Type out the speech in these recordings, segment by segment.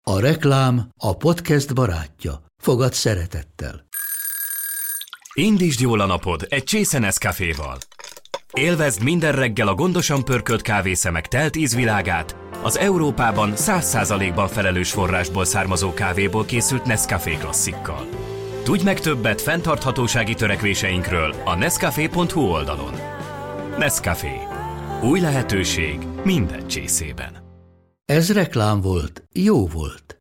A reklám a podcast barátja. Fogad szeretettel. Indítsd jól a napod egy csésze Nescaféval. Élvezd minden reggel a gondosan pörkölt kávészemek telt ízvilágát, az Európában 100%-ban felelős forrásból származó kávéból készült Nescafé klasszikkal. Tudj meg többet fenntarthatósági törekvéseinkről a nescafé.hu oldalon. Nescafé. Új lehetőség minden csészében. Ez reklám volt, jó volt.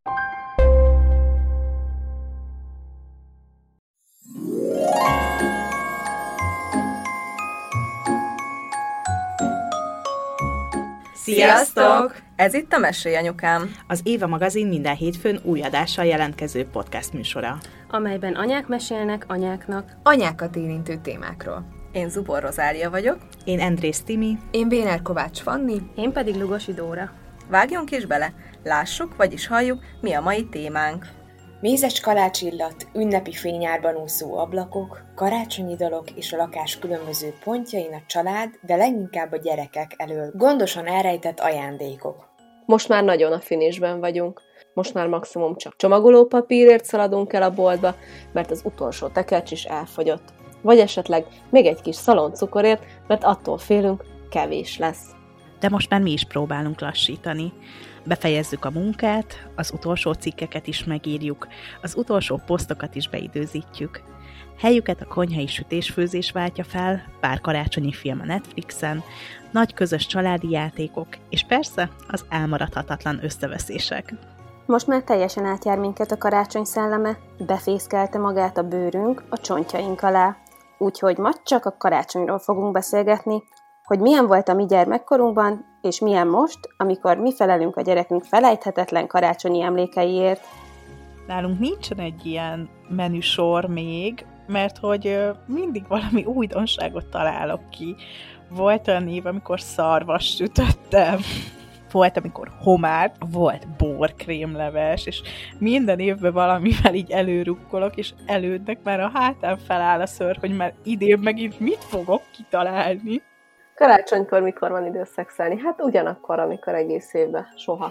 Sziasztok! Ez itt a Mesélj Anyukám, az Éva magazin minden hétfőn új adással jelentkező podcast műsora, amelyben anyák mesélnek anyáknak anyákat érintő témákról. Én Zubor Rozália vagyok. Én Endrész Timi. Én Béner Kovács Fanni. Én pedig Lugosi Dóra. Vágjunk is bele, lássuk, vagyis halljuk, mi a mai témánk. Mézes kalácsillat, ünnepi fényárban úszó ablakok, karácsonyi dalok és a lakás különböző pontjain a család, de leginkább a gyerekek elől gondosan elrejtett ajándékok. Most már nagyon a finisben vagyunk. Most már maximum csak csomagolópapírért szaladunk el a boltba, mert az utolsó tekercs is elfogyott. Vagy esetleg még egy kis szaloncukorért, mert attól félünk, kevés lesz. De most már mi is próbálunk lassítani. Befejezzük a munkát, az utolsó cikkeket is megírjuk, az utolsó posztokat is beidőzítjük. Helyüket a konyhai sütésfőzés váltja fel, pár karácsonyi film a Netflixen, nagy közös családi játékok, és persze az elmaradhatatlan összeveszések. Most már teljesen átjár minket a karácsony szelleme, befészkelte magát a bőrünk a csontjaink alá. Úgyhogy ma csak a karácsonyról fogunk beszélgetni, hogy milyen volt a mi gyermekkorunkban, és milyen most, amikor mi felelünk a gyerekünk felejthetetlen karácsonyi emlékeiért. Nálunk nincsen egy ilyen menüsor még, mert hogy mindig valami újdonságot találok ki. Volt olyan év, amikor szarvast sütöttem, volt, amikor homár, volt borkrémleves, és minden évben valamivel így előrukkolok, és elődnek már a hátán feláll a szőr, hogy már idén megint mit fogok kitalálni. Karácsonykor mikor van idő szexelni? Hát ugyanakkor, amikor egész évben. Soha.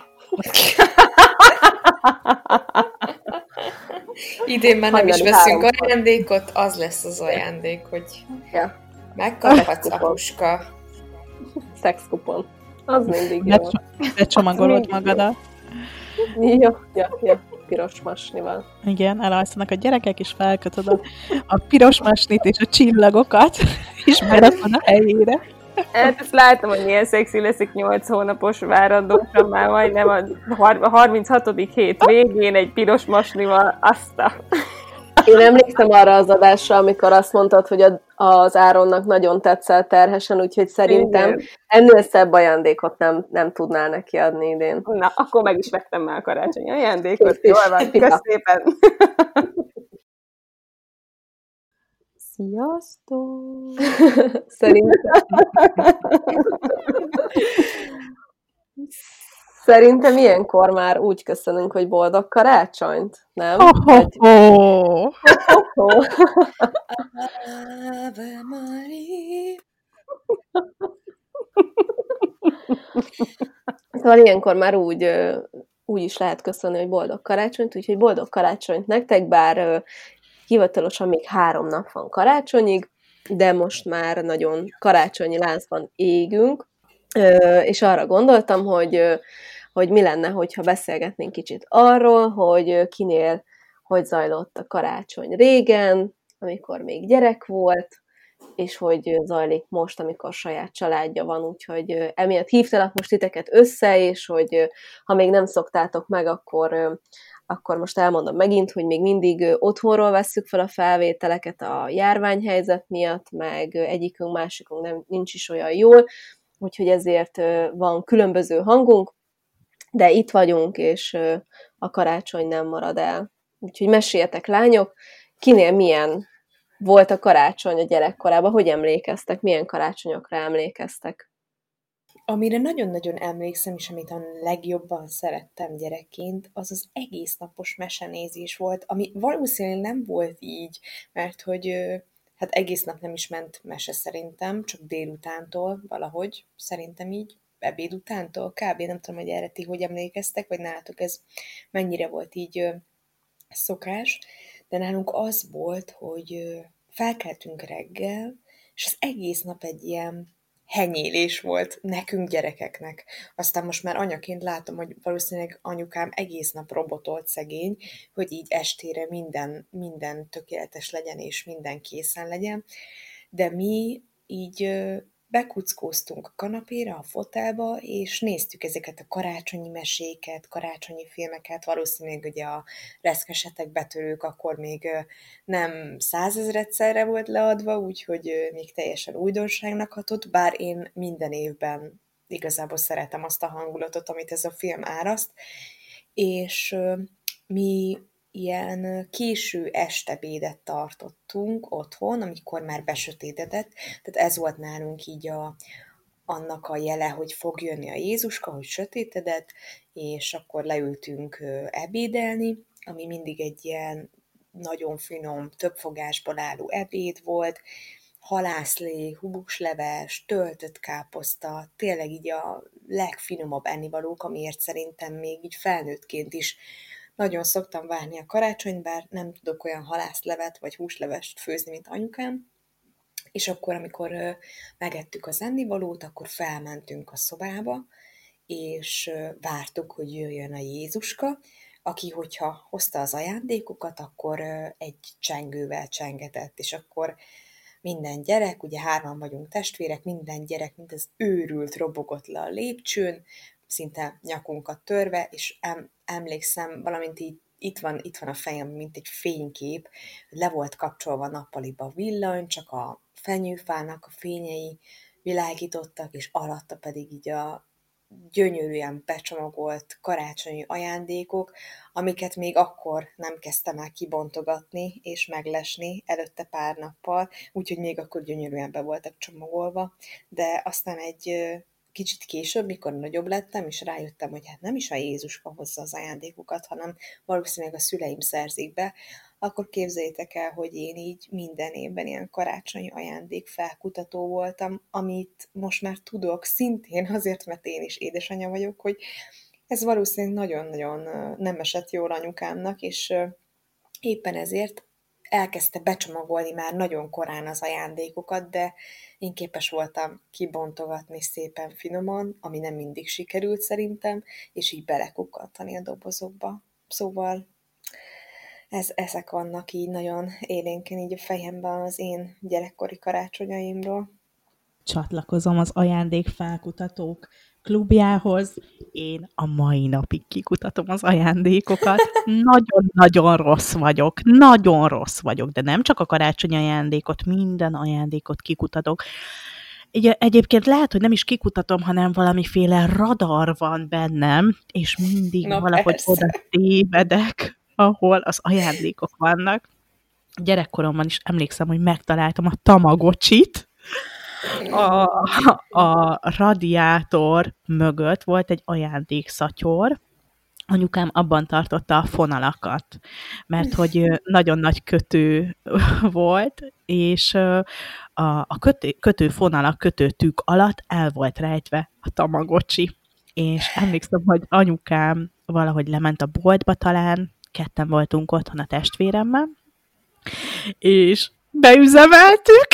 Idén már nem is veszünk ajándékot, az lesz az ajándék, hogy megkaphatsz a puska. Szexkupon. Az mindig jó. Becsomagolod magadat. Ja, piros masnival. Igen, elalszanak a gyerekek, és felkötöd a piros masnit és a csillagokat, és berakod a helyére. Hát ezt látom, hogy milyen szexi leszik 8 hónapos várandósan, már majdnem a 36. hét végén egy piros masnival, Én emlékszem arra az adásra, amikor azt mondtad, hogy az Áronnak nagyon tetszett terhesen, úgyhogy szerintem ennél szebb ajándékot nem tudnál neki adni idén. Na, akkor meg is vettem már a karácsonyi ajándékot. Jól van, kösz szépen! Sziasztok! Szerintem ilyenkor már úgy köszönünk, hogy boldog karácsonyt, nem? Ave Maria. Szóval ilyenkor már úgy is lehet köszönni, hogy boldog karácsonyt, úgyhogy boldog karácsonyt nektek, bár hivatalosan még 3 nap van karácsonyig, de most már nagyon karácsonyi lázban égünk, és arra gondoltam, hogy mi lenne, hogyha beszélgetnénk kicsit arról, hogy kinél hogy zajlott a karácsony régen, amikor még gyerek volt, és hogy zajlik most, amikor saját családja van, úgyhogy emiatt hívtalak most titeket össze, és hogy ha még nem szoktátok meg, akkor most elmondom megint, hogy még mindig otthonról vesszük fel a felvételeket a járványhelyzet miatt, meg egyikünk, másikunk nincs is olyan jól, úgyhogy ezért van különböző hangunk, de itt vagyunk, és a karácsony nem marad el. Úgyhogy meséljetek, lányok, kinél milyen volt a karácsony a gyerekkorában, hogy emlékeztek, milyen karácsonyokra emlékeztek? Amire nagyon-nagyon emlékszem, és amit a legjobban szerettem gyerekként, az az egész napos mesenézés volt, ami valószínűleg nem volt így, mert hogy hát egész nap nem is ment mese szerintem, csak délutántól valahogy, szerintem így. ebéd utántól, kb. Nem tudom, hogy erre ti hogy emlékeztek, vagy nálatok ez mennyire volt így szokás, de nálunk az volt, hogy felkeltünk reggel, és az egész nap egy ilyen henyélés volt nekünk gyerekeknek. Aztán most már anyaként látom, hogy valószínűleg anyukám egész nap robotolt szegény, hogy így estére minden tökéletes legyen, és minden készen legyen. De mi így bekuckóztunk a kanapéra, a fotelba, és néztük ezeket a karácsonyi meséket, karácsonyi filmeket, valószínűleg ugye a Reszkesetek betörők akkor még nem 100 000-szerre volt leadva, úgyhogy még teljesen újdonságnak hatott, bár én minden évben igazából szeretem azt a hangulatot, amit ez a film áraszt, és mi ilyen késő estebédet tartottunk otthon, amikor már besötétedett, tehát ez volt nálunk így annak a jele, hogy fog jönni a Jézuska, hogy sötétedett, és akkor leültünk ebédelni, ami mindig egy ilyen nagyon finom, több fogásból álló ebéd volt, halászlé, húsleves, töltött káposzta, tényleg így a legfinomabb ennivalók, amiért szerintem még így felnőttként is nagyon szoktam várni a karácsonyt, bár nem tudok olyan halászlevet vagy húslevest főzni, mint anyukám. És akkor, amikor megettük az ennivalót, akkor felmentünk a szobába, és vártuk, hogy jöjjön a Jézuska, aki, hogyha hozta az ajándékokat, akkor egy csengővel csengetett, és akkor minden gyerek, ugye 3 vagyunk testvérek, minden gyerek, mint az őrült robogott le a lépcsőn, szinte nyakunkat törve, és emlékszem, valamint így itt van a fejem, mint egy fénykép, le volt kapcsolva nappaliba a villany, csak a fenyőfának a fényei világítottak, és alatta pedig így a gyönyörűen becsomagolt karácsonyi ajándékok, amiket még akkor nem kezdtem el kibontogatni és meglesni előtte pár nappal, úgyhogy még akkor gyönyörűen be voltak csomagolva, de aztán egy kicsit később, mikor nagyobb lettem, és rájöttem, hogy hát nem is a Jézuska hozza az ajándékokat, hanem valószínűleg a szüleim szerzik be, akkor képzeljétek el, hogy én így minden évben ilyen karácsonyi ajándék felkutató voltam, amit most már tudok, szintén azért, mert én is édesanyja vagyok, hogy ez valószínűleg nagyon-nagyon nem esett jól anyukámnak, és éppen ezért elkezdte becsomagolni már nagyon korán az ajándékokat, de én képes voltam kibontogatni szépen finoman, ami nem mindig sikerült szerintem, és így belekukkantani a dobozokba. Szóval ezek vannak így nagyon élénken így a fejemben az én gyerekkori karácsonyaimról. Csatlakozom az ajándékfelkutatók klubjához. Én a mai napig kikutatom az ajándékokat. Nagyon-nagyon rossz vagyok, de nem csak a karácsonyi ajándékot, minden ajándékot kikutatok. Egyébként lehet, hogy nem is kikutatom, hanem valamiféle radar van bennem, és mindig valahogy oda tévedek, ahol az ajándékok vannak. Gyerekkoromban is emlékszem, hogy megtaláltam a Tamagotchit. A radiátor mögött volt egy ajándékszatyor, anyukám abban tartotta a fonalakat, mert hogy nagyon nagy kötő volt, és a kötőfonalak, kötőtűk alatt el volt rejtve a Tamagotchi. És emlékszem, hogy anyukám valahogy lement a boltba, talán 2 voltunk otthon a testvéremmel, és beüzemeltük,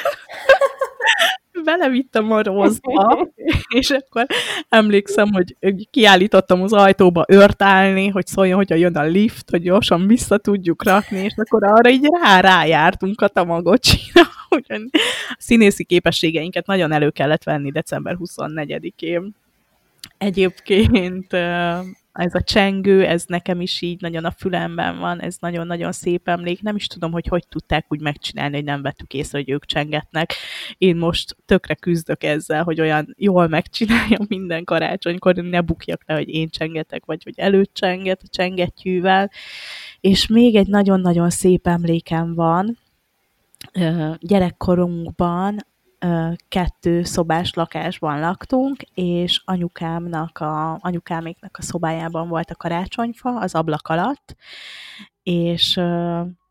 belevittem a rosszba, és akkor emlékszem, hogy kiállítottam az ajtóba őrtálni, hogy szóljon, hogyha jön a lift, hogy gyorsan vissza tudjuk rakni, és akkor arra így rájártunk a Tamagotchira, úgyhogy a színészi képességeinket nagyon elő kellett venni december 24-én. Egyébként ez a csengő, ez nekem is így nagyon a fülemben van, ez nagyon-nagyon szép emlék. Nem is tudom, hogy tudták úgy megcsinálni, hogy nem vettük észre, hogy ők csengetnek. Én most tökre küzdök ezzel, hogy olyan jól megcsináljam minden karácsonykor, ne bukjak le, hogy én csengetek, vagy hogy előtt csenget a csengettyűvel. És még egy nagyon-nagyon szép emlékem van. Gyerekkorunkban 2 szobás lakásban laktunk, és anyukáméknak a szobájában volt a karácsonyfa az ablak alatt, és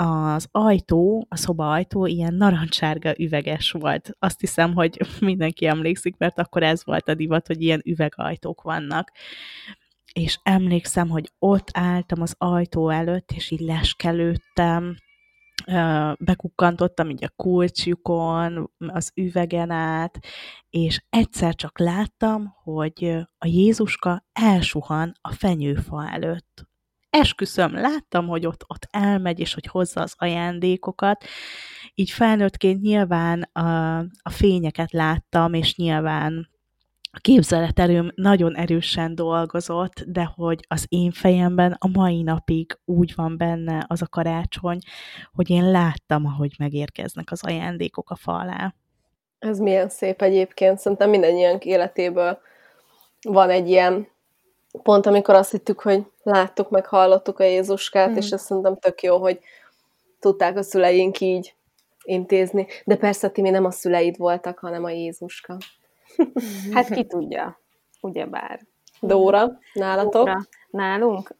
az ajtó, a szoba ajtó ilyen narancsárga üveges volt. Azt hiszem, hogy mindenki emlékszik, mert akkor ez volt a divat, hogy ilyen üvegajtók vannak. És emlékszem, hogy ott álltam az ajtó előtt, és így leskelődtem, bekukkantottam így a kulcsjukon, az üvegen át, és egyszer csak láttam, hogy a Jézuska elsuhan a fenyőfa előtt. Esküszöm, láttam, hogy ott elmegy, és hogy hozza az ajándékokat. Így felnőttként nyilván a fényeket láttam, és nyilván a képzeleterőm nagyon erősen dolgozott, de hogy az én fejemben a mai napig úgy van benne az a karácsony, hogy én láttam, ahogy megérkeznek az ajándékok a fa alá. Ez milyen szép egyébként. Szerintem mindannyian életéből van egy ilyen pont, amikor azt hittük, hogy láttuk, meg hallottuk a Jézuskát, és ezt szerintem tök jó, hogy tudták a szüleink így intézni. De persze, Timi, nem a szüleid voltak, hanem a Jézuska. Hát ki tudja, ugyebár. Dóra, nálatok? Dóra, nálunk?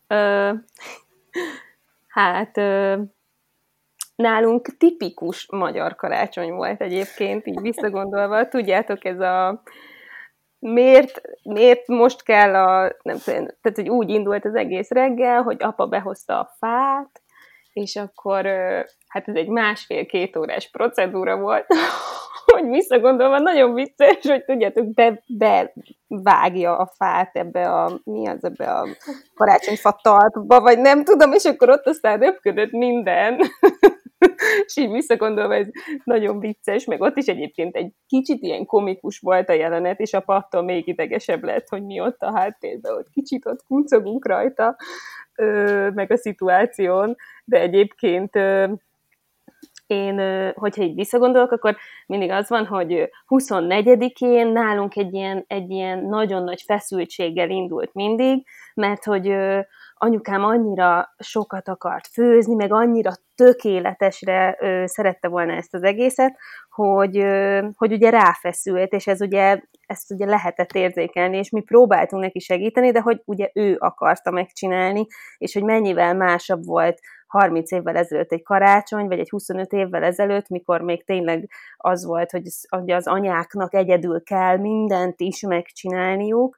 Nálunk tipikus magyar karácsony volt egyébként, így visszagondolva. Tudjátok, ez a miért most kell nem tudom, tehát hogy úgy indult az egész reggel, hogy apa behozta a fát, és akkor hát ez egy 1,5-2 órás procedúra volt, hogy visszagondolva nagyon vicces, hogy tudjátok, bevágja a fát ebbe a karácsonyfa talpba, vagy nem tudom, és akkor ott aztán röpködött minden. És így visszagondolva ez nagyon vicces, meg ott is egyébként egy kicsit ilyen komikus volt a jelenet, és apa attól még idegesebb lett, hogy mi ott a háttérben, ott kicsit ott kuncogunk rajta, meg a szituáción, de egyébként én, hogyha így visszagondolok, akkor mindig az van, hogy 24-én nálunk egy ilyen nagyon nagy feszültséggel indult mindig, mert hogy anyukám annyira sokat akart főzni, meg annyira tökéletesre szerette volna ezt az egészet, hogy ugye ráfeszült, és ezt ugye lehetett érzékelni, és mi próbáltunk neki segíteni, de hogy ugye ő akarta megcsinálni, és hogy mennyivel másabb volt 30 évvel ezelőtt egy karácsony, vagy egy 25 évvel ezelőtt, mikor még tényleg az volt, hogy az anyáknak egyedül kell mindent is megcsinálniuk,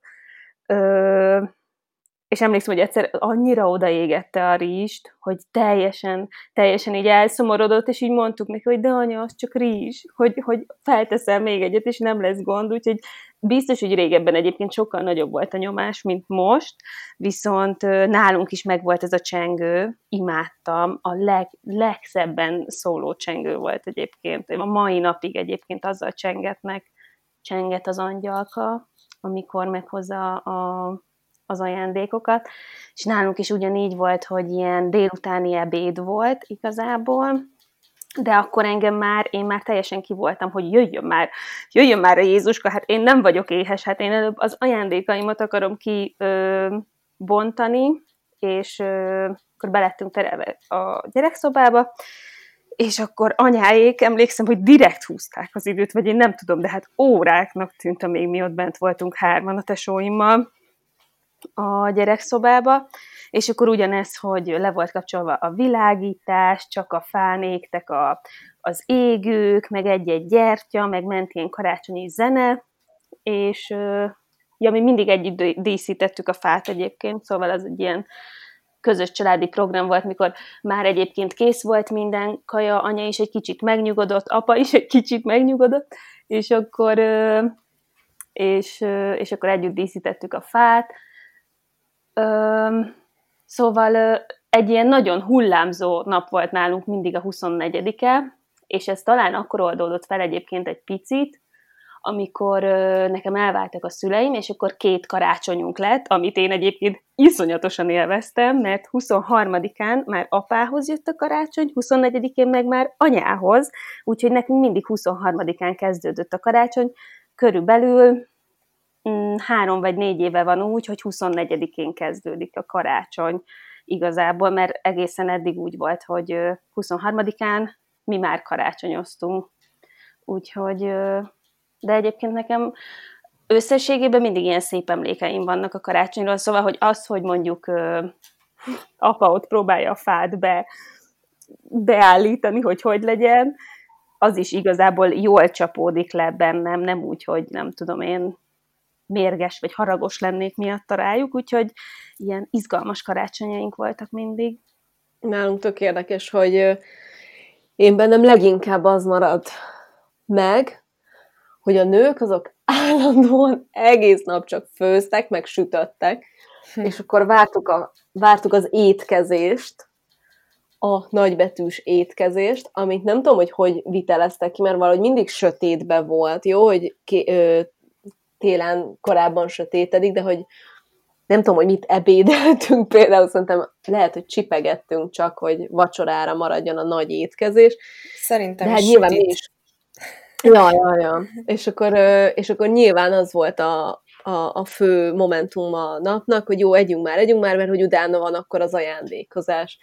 és emlékszem, hogy egyszer annyira odaégette a rizst, hogy teljesen így elszomorodott, és így mondtuk neki, hogy de anya, az csak rizs, hogy felteszel még egyet, és nem lesz gond, úgyhogy biztos, hogy régebben egyébként sokkal nagyobb volt a nyomás, mint most, viszont nálunk is megvolt ez a csengő, imádtam, a legszebben szóló csengő volt egyébként, a mai napig egyébként azzal csenget az angyalka, amikor meghozza az ajándékokat, és nálunk is ugyanígy volt, hogy ilyen délutáni ebéd volt igazából, de akkor én már teljesen ki voltam, hogy jöjjön már a Jézuska, hát én nem vagyok éhes, hát én előbb az ajándékaimat akarom kibontani, és akkor belettünk terelve a gyerekszobába, és akkor anyáék, emlékszem, hogy direkt húzták az időt, vagy én nem tudom, de hát óráknak tűnt, amíg mi ott bent voltunk 3 a tesóimmal a gyerekszobába, és akkor ugyanez, hogy le volt kapcsolva a világítás, csak a fán égtek az égők, meg egy-egy gyertya, meg ment ilyen karácsonyi zene, és mi mindig együtt díszítettük a fát egyébként, szóval az egy ilyen közös családi program volt, mikor már egyébként kész volt minden kaja, anya is egy kicsit megnyugodott, apa is egy kicsit megnyugodott, és akkor együtt díszítettük a fát. Szóval egy ilyen nagyon hullámzó nap volt nálunk mindig a 24-e, és ez talán akkor oldódott fel egyébként egy picit, amikor nekem elváltak a szüleim, és akkor 2 karácsonyunk lett, amit én egyébként iszonyatosan élveztem, mert 23-án már apához jött a karácsony, 24-én meg már anyához, úgyhogy nekünk mindig 23-án kezdődött a karácsony, körülbelül 3 vagy 4 éve van úgy, hogy 24-én kezdődik a karácsony igazából, mert egészen eddig úgy volt, hogy 23-án mi már karácsonyoztunk. Úgyhogy, de egyébként nekem összességében mindig ilyen szép emlékeim vannak a karácsonyról, szóval, hogy az, hogy mondjuk apa ott próbálja a fát beállítani, hogy legyen, az is igazából jól csapódik le bennem, nem úgy, hogy nem tudom én mérges vagy haragos lennék miatta rájuk, úgyhogy ilyen izgalmas karácsonyaink voltak mindig. Nálunk tök érdekes, hogy én bennem leginkább az marad meg, hogy a nők azok állandóan egész nap csak főztek, meg sütöttek, és akkor vártuk az étkezést, a nagybetűs étkezést, amit nem tudom, hogy viteleztek ki, mert valahogy mindig sötétben volt, jó, hogy télen korábban sötétedik, de hogy nem tudom, hogy mit ebédeltünk például, szerintem lehet, hogy csipegettünk csak, hogy vacsorára maradjon a nagy étkezés. Szerintem de hát nyilván mi is. Ja. És akkor nyilván az volt a fő momentum a napnak, hogy jó, együnk már, mert hogy utána van akkor az ajándékozás.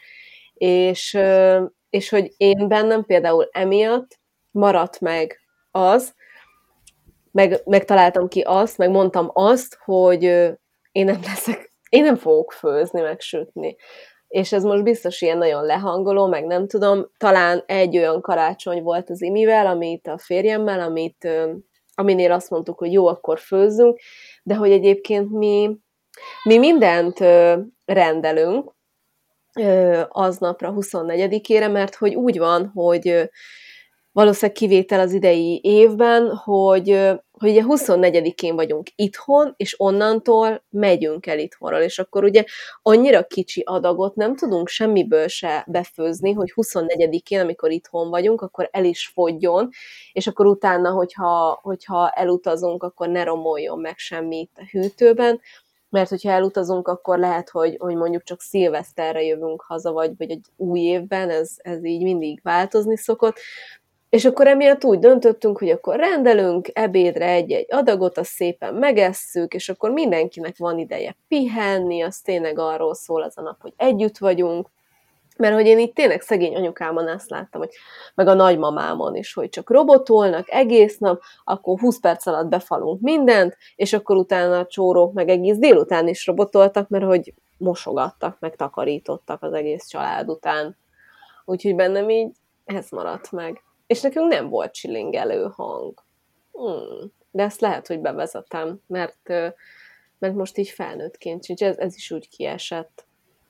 És hogy én bennem például emiatt maradt meg az, megtaláltam ki azt, meg mondtam azt, hogy én nem fogok főzni, meg sütni. És ez most biztos ilyen nagyon lehangoló, meg nem tudom, talán egy olyan karácsony volt az Imivel, amit a férjemmel, aminél azt mondtuk, hogy jó, akkor főzzünk, de hogy egyébként mi mindent rendelünk aznapra, 24-ére, mert hogy úgy van, hogy valószínűleg kivétel az idei évben, hogy ugye 24-én vagyunk itthon, és onnantól megyünk el itthonról, és akkor ugye annyira kicsi adagot nem tudunk semmiből se befőzni, hogy 24-én, amikor itthon vagyunk, akkor el is fogjon, és akkor utána, hogyha elutazunk, akkor ne romoljon meg semmit a hűtőben, mert hogyha elutazunk, akkor lehet, hogy mondjuk csak szilveszterre jövünk haza, vagy egy új évben, ez így mindig változni szokott. És akkor emiatt úgy döntöttünk, hogy akkor rendelünk ebédre egy-egy adagot, azt szépen megesszük, és akkor mindenkinek van ideje pihenni, az tényleg arról szól az a nap, hogy együtt vagyunk, mert hogy én itt tényleg szegény anyukámon azt láttam, hogy meg a nagymamámon is, hogy csak robotolnak egész nap, akkor 20 perc alatt befalunk mindent, és akkor utána a csórók meg egész délután is robotoltak, mert hogy mosogattak, meg takarítottak az egész család után. Úgyhogy bennem így ez maradt meg. És nekünk nem volt csilingelő hang. De ezt lehet, hogy bevezetem, mert most így felnőttként sincs. Ez is úgy kiesett.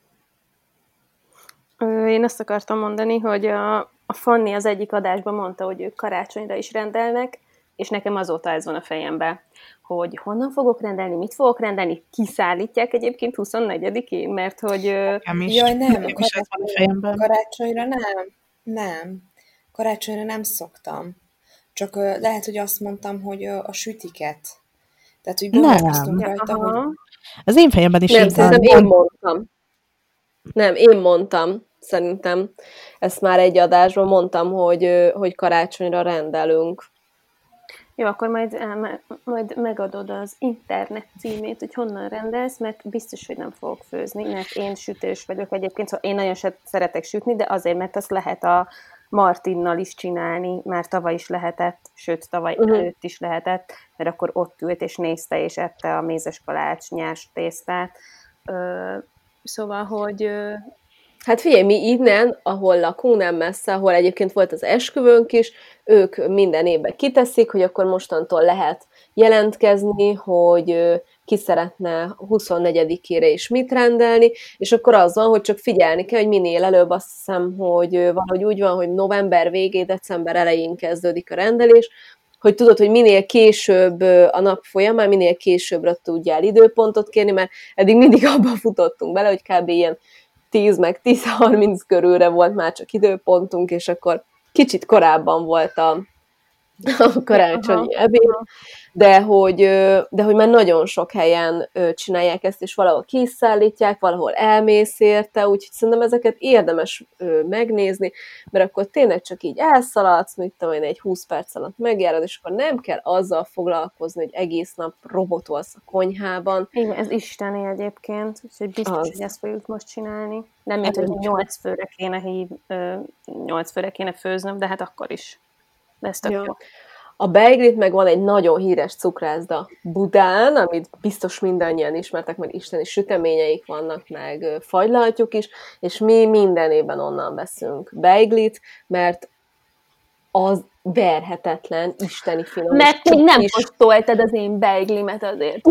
Én azt akartam mondani, hogy a Fanni az egyik adásban mondta, hogy ők karácsonyra is rendelnek, és nekem azóta ez van a fejemben, hogy honnan fogok rendelni, mit fogok rendelni, kiszállítják egyébként 24-én, mert hogy... Jaj, nem, karácsonyra nem. Karácsonyra nem szoktam. Csak lehet, hogy azt mondtam, hogy a sütiket. Tehát, hogy gondolkoztunk rajta, hogy... Az én fejemben is nem, szerintem én mondtam. Nem, én mondtam, szerintem. Ezt már egy adásban mondtam, hogy karácsonyra rendelünk. Jó, akkor majd megadod az internet címét, hogy honnan rendelsz, mert biztos, hogy nem fogok főzni, mert én sütős vagyok egyébként, szóval én nagyon szeretek sütni, de azért, mert azt lehet a Martinnal is csinálni, már tavaly is lehetett, sőt, tavaly előtt is lehetett, mert akkor ott ült és nézte és ette a mézes kalács nyers tésztát. Szóval, hogy... Hát figyelj, mi innen, ahol lakunk, nem messze, ahol egyébként volt az esküvőnk is, ők minden évben kiteszik, hogy akkor mostantól lehet jelentkezni, hogy ki szeretne 24-ére is mit rendelni, és akkor az van, hogy csak figyelni kell, hogy minél előbb, azt hiszem, hogy valahogy úgy van, hogy november végén, december elején kezdődik a rendelés, hogy tudod, hogy minél később a nap folyamán, minél későbbre tudjál időpontot kérni, mert eddig mindig abban futottunk bele, hogy kb. Ilyen 10 meg 10-30 körülre volt már csak időpontunk, és akkor kicsit korábban volt a karácsonyi ebéd, de hogy már nagyon sok helyen csinálják ezt, és valahol kiszállítják, valahol elmész érte, úgyhogy szerintem ezeket érdemes megnézni, mert akkor tényleg csak így elszaladsz, mit tudom én, egy 20 perc alatt megjárod, és akkor nem kell azzal foglalkozni, hogy egész nap robotolsz a konyhában. Igen, ez isteni egyébként, úgyhogy biztos, hogy ezt fogjuk most csinálni. Nem, mint hogy 8 főre kéne főznöm, de hát akkor is. De ez tök jó. A beiglit meg van egy nagyon híres cukrászda Budán, amit biztos mindannyian ismertek, mert isteni süteményeik vannak, meg fagylaltjuk is, és mi minden évben onnan veszünk beiglit, mert az verhetetlen, isteni finom. Mert még nem kóstoltad az én beiglimet azért.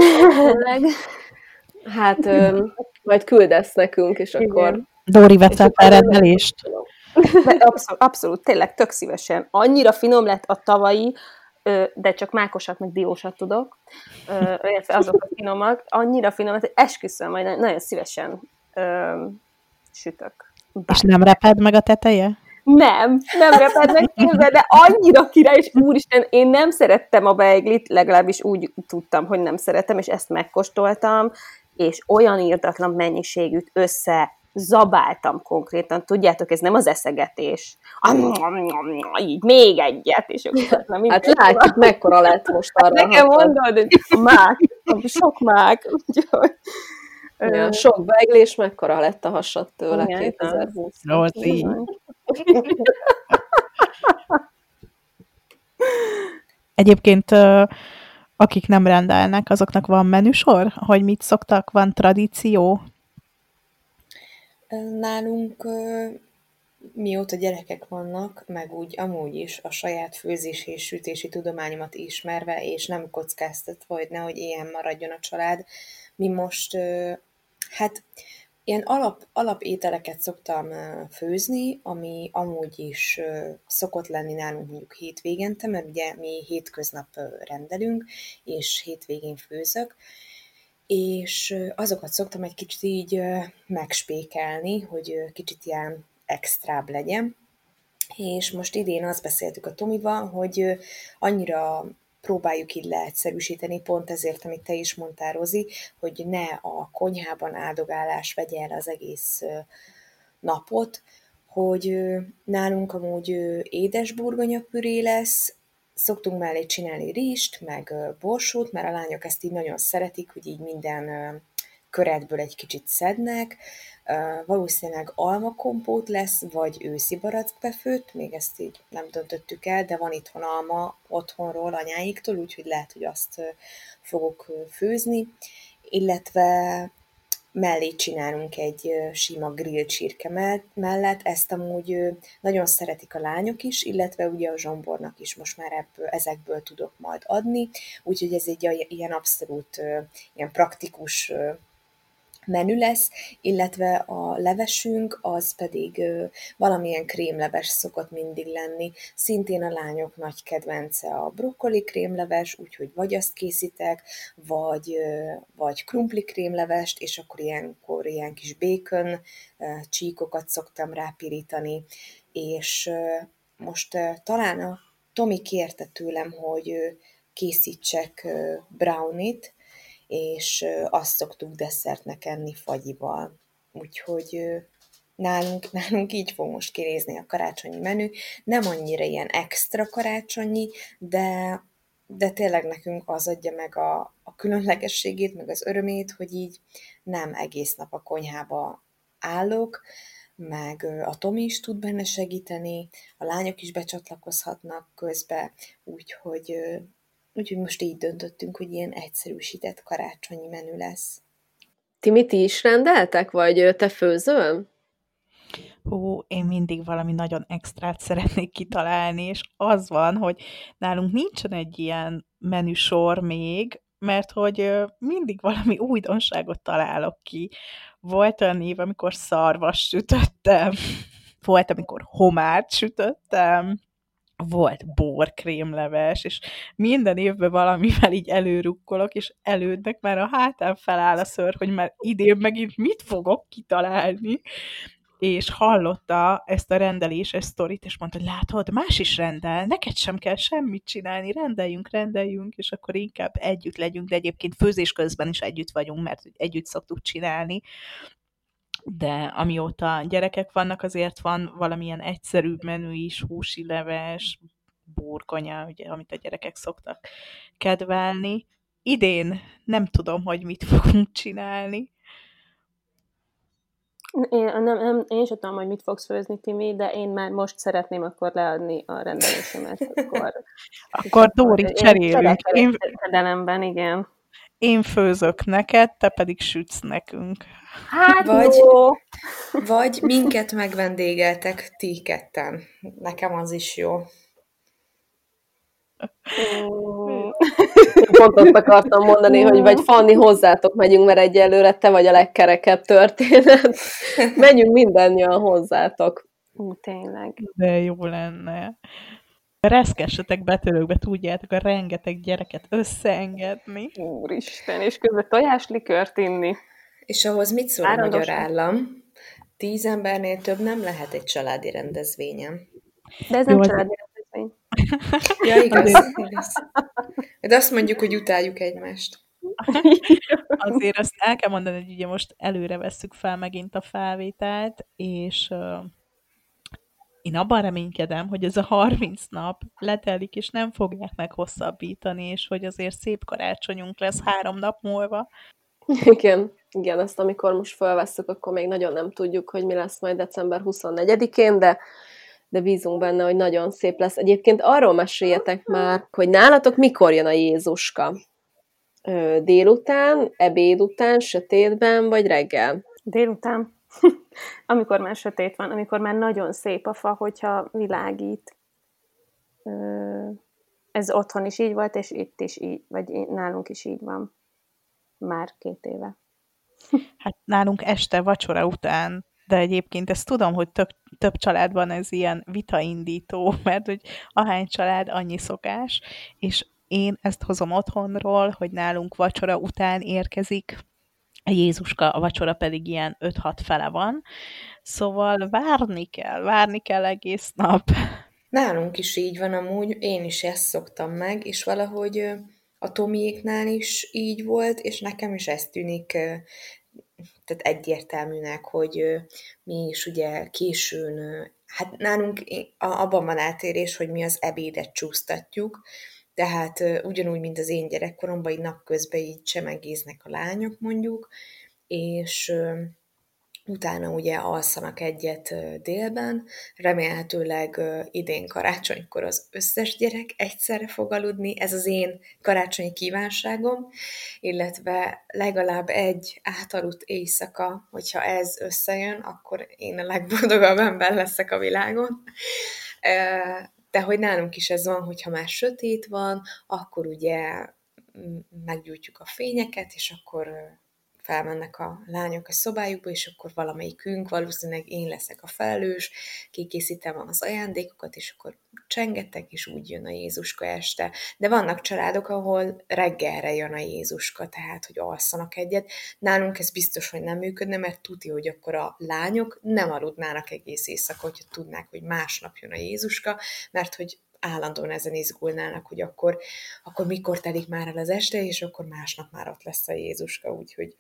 Hát, majd küldesz nekünk, és akkor... Dóri vett fel felrendelést. Abszolút, tényleg tök szívesen. Annyira finom lett a tavalyi, de csak mákosat, meg diósat tudok. Azok a finomak. Annyira finom lett, hogy esküszöm, majd nagyon szívesen sütök. És nem reped meg a teteje? Nem reped meg, de annyira király, és úristen, én nem szerettem a beiglit, legalábbis úgy tudtam, hogy nem szeretem, és ezt megkóstoltam, és olyan írtatlan mennyiségűt zabáltam konkrétan. Tudjátok, ez nem az eszegetés. Így, még egyet. És akkor, hát látjuk, mekkora lett most arra. Nekem mondod, hogy sok mák. Ja, sok beigli, és mekkora lett a hasad tőle 2020. Egyébként akik nem rendelnek, azoknak van menüsor? Hogy mit szoktak? Van tradíció? Nálunk mióta gyerekek vannak, meg úgy amúgy is a saját főzési és sütési tudományomat ismerve, és nem kockáztatva, hogy nehogy ilyen maradjon a család, mi most hát ilyen alapételeket szoktam főzni, ami amúgy is szokott lenni nálunk mondjuk hétvégente, mert ugye mi hétköznap rendelünk, és hétvégén főzök, és azokat szoktam egy kicsit így megspékelni, hogy kicsit ilyen extrább legyen. És most idén azt beszéltük a Tomival, hogy annyira próbáljuk így leegyszerűsíteni, pont ezért, amit te is mondtál, Rozi, hogy ne a konyhában áldogálás vegye el az egész napot, hogy nálunk amúgy édes burgonyapüré lesz, szoktunk mellé csinálni rizst, meg borsót, mert a lányok ezt így nagyon szeretik, hogy így minden köretből egy kicsit szednek. Valószínűleg almakompót lesz, vagy őszi barackbefőtt, még ezt így nem döntöttük el, de van itthon alma otthonról anyáiktól, úgyhogy lehet, hogy azt fogok főzni, illetve mellé csinálunk egy sima grill csirke mellett, ezt amúgy nagyon szeretik a lányok is, illetve ugye a zsombornak is most már ezekből tudok majd adni, úgyhogy ez egy ilyen abszolút ilyen praktikus menü lesz, illetve a levesünk az pedig valamilyen krémleves szokott mindig lenni. Szintén a lányok nagy kedvence a brokkoli krémleves, úgyhogy vagy azt készítek, vagy krumpli krémlevest, és akkor ilyenkor ilyen kis bacon csíkokat szoktam rápirítani, és most talán a Tomi kérte tőlem, hogy készítsek brownit, és azt szoktuk desszertnek enni fagyival. Úgyhogy nálunk így fog most kinézni a karácsonyi menü. Nem annyira ilyen extra karácsonyi, de tényleg nekünk az adja meg a különlegességét, meg az örömét, hogy így nem egész nap a konyhába állok, meg a Tomi is tud benne segíteni, a lányok is becsatlakozhatnak közbe, úgyhogy most így döntöttünk, hogy ilyen egyszerűsített karácsonyi menü lesz. Ti is rendeltek, vagy te főzöl? Én mindig valami nagyon extrát szeretnék kitalálni, és az van, hogy nálunk nincsen egy ilyen menüsor még, mert hogy mindig valami újdonságot találok ki. Volt olyan év, amikor szarvast sütöttem, volt, amikor homárt sütöttem, volt borkrémleves, és minden évben valamivel így előrukkolok, és elődnek már a hátán feláll a szőr, hogy már idén megint mit fogok kitalálni. És hallotta ezt a rendeléses sztorit, és mondta, hogy látod, más is rendel, neked sem kell semmit csinálni, rendeljünk, és akkor inkább együtt legyünk, de egyébként főzés közben is együtt vagyunk, mert együtt szoktuk csinálni. De amióta gyerekek vannak, azért van valamilyen egyszerűbb menü is, húsi leves, burgonya, ugye, amit a gyerekek szoktak kedvelni. Idén nem tudom, hogy mit fogunk csinálni. Én sem tudom, hogy mit fogsz főzni, Timi, de én már most szeretném akkor leadni a rendelésemet. Akkor Dóri, cserélünk. Igen. Én főzök neked, te pedig sütsz nekünk. Hát vagy minket megvendégeltek ti ketten. Nekem az is jó. Pont azt akartam mondani, hogy vagy Fanni, hozzátok megyünk, mert egyelőre te vagy a legkerekebb történet. Menjünk mindannyian hozzátok. Tényleg. De jó lenne. Reszkessetek betörőkbe, tudjátok a rengeteg gyereket összeengedni. Úristen, és közben tojáslikört inni. És ahhoz mit szól a magyar állam? 10 embernél több nem lehet egy családi rendezvényen. De ez nem családi rendezvény. Ja, igaz. De azt mondjuk, hogy utáljuk egymást. Azért azt el kell mondani, hogy ugye most előre vesszük fel megint a felvételt, és én abban reménykedem, hogy ez a 30 nap letelik, és nem fogják meghosszabbítani, és hogy azért szép karácsonyunk lesz 3 nap múlva. Igen, ezt amikor most felvesszük, akkor még nagyon nem tudjuk, hogy mi lesz majd december 24-én, de bízunk benne, hogy nagyon szép lesz. Egyébként arról meséljetek már, hogy nálatok mikor jön a Jézuska? Délután, ebéd után, sötétben, vagy reggel? Délután. Amikor már sötét van, amikor már nagyon szép a fa, hogyha világít. Ez otthon is így volt, és itt is így, vagy nálunk is így van. Már 2 éve. Hát nálunk este vacsora után, de egyébként ezt tudom, hogy több családban ez ilyen vitaindító, mert hogy ahány család, annyi szokás, és én ezt hozom otthonról, hogy nálunk vacsora után érkezik a Jézuska, a vacsora pedig ilyen 5-6 fele van, szóval várni kell egész nap. Nálunk is így van amúgy, én is ezt szoktam meg, és valahogy a Tomiéknál is így volt, és nekem is ez tűnik tehát egyértelműnek, hogy mi is ugye későn, hát nálunk abban van eltérés, hogy mi az ebédet csúsztatjuk, tehát ugyanúgy, mint az én gyerekkoromban, így napközben így csemegéznek a lányok mondjuk, és utána ugye alszanak egyet délben, remélhetőleg idén karácsonykor az összes gyerek egyszerre fog aludni, ez az én karácsonyi kívánságom, illetve legalább egy átaludt éjszaka, hogyha ez összejön, akkor én a legboldogabb ember leszek a világon. De hogy nálunk is ez van, hogyha már sötét van, akkor ugye meggyújtjuk a fényeket, és akkor felmennek a lányok a szobájukba, és akkor valamelyikünk, valószínűleg én leszek a felelős, kikészítem az ajándékokat, és akkor csengetek, és úgy jön a Jézuska este. De vannak családok, ahol reggelre jön a Jézuska, tehát, hogy alszanak egyet. Nálunk ez biztos, hogy nem működne, mert tudja, hogy akkor a lányok nem aludnának egész éjszaka, hogyha tudnák, hogy másnap jön a Jézuska, mert hogy állandóan ezen izgulnának, hogy akkor mikor telik már el az este, és akkor másnap már ott lesz a Jézuska, úgyhogy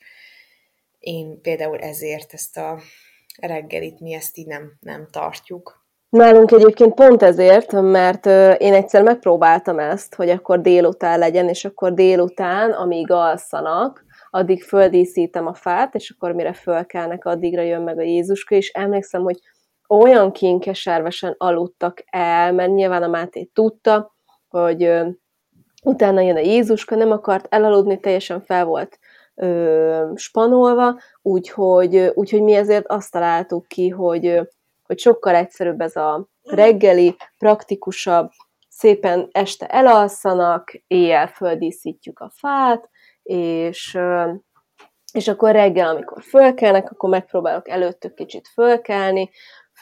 én például ezért ezt a reggelit mi ezt így nem tartjuk. Nálunk egyébként pont ezért, mert én egyszer megpróbáltam ezt, hogy akkor délután legyen, és akkor délután, amíg alszanak, addig földíszítem a fát, és akkor mire fölkelnek, addigra jön meg a Jézuska, és emlékszem, hogy olyan kénkeservesen aludtak el, mert nyilván a Máté tudta, hogy utána jön a Jézuska, nem akart elaludni, teljesen fel volt spanolva, úgyhogy mi ezért azt találtuk ki, hogy sokkal egyszerűbb ez a reggeli, praktikusabb, szépen este elalszanak, éjjel földíszítjük a fát, és akkor reggel, amikor fölkelnek, akkor megpróbálok előttük kicsit fölkelni,